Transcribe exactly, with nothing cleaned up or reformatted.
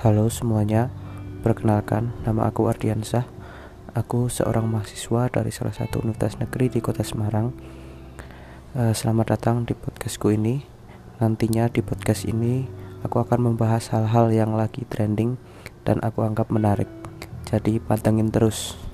Halo semuanya, perkenalkan nama aku Ardiansah. Aku seorang mahasiswa dari salah satu universitas negeri di kota Semarang. Eh, Selamat datang di podcastku ini. Nantinya di podcast ini aku akan membahas hal-hal yang lagi trending dan aku anggap menarik. Jadi pantengin terus.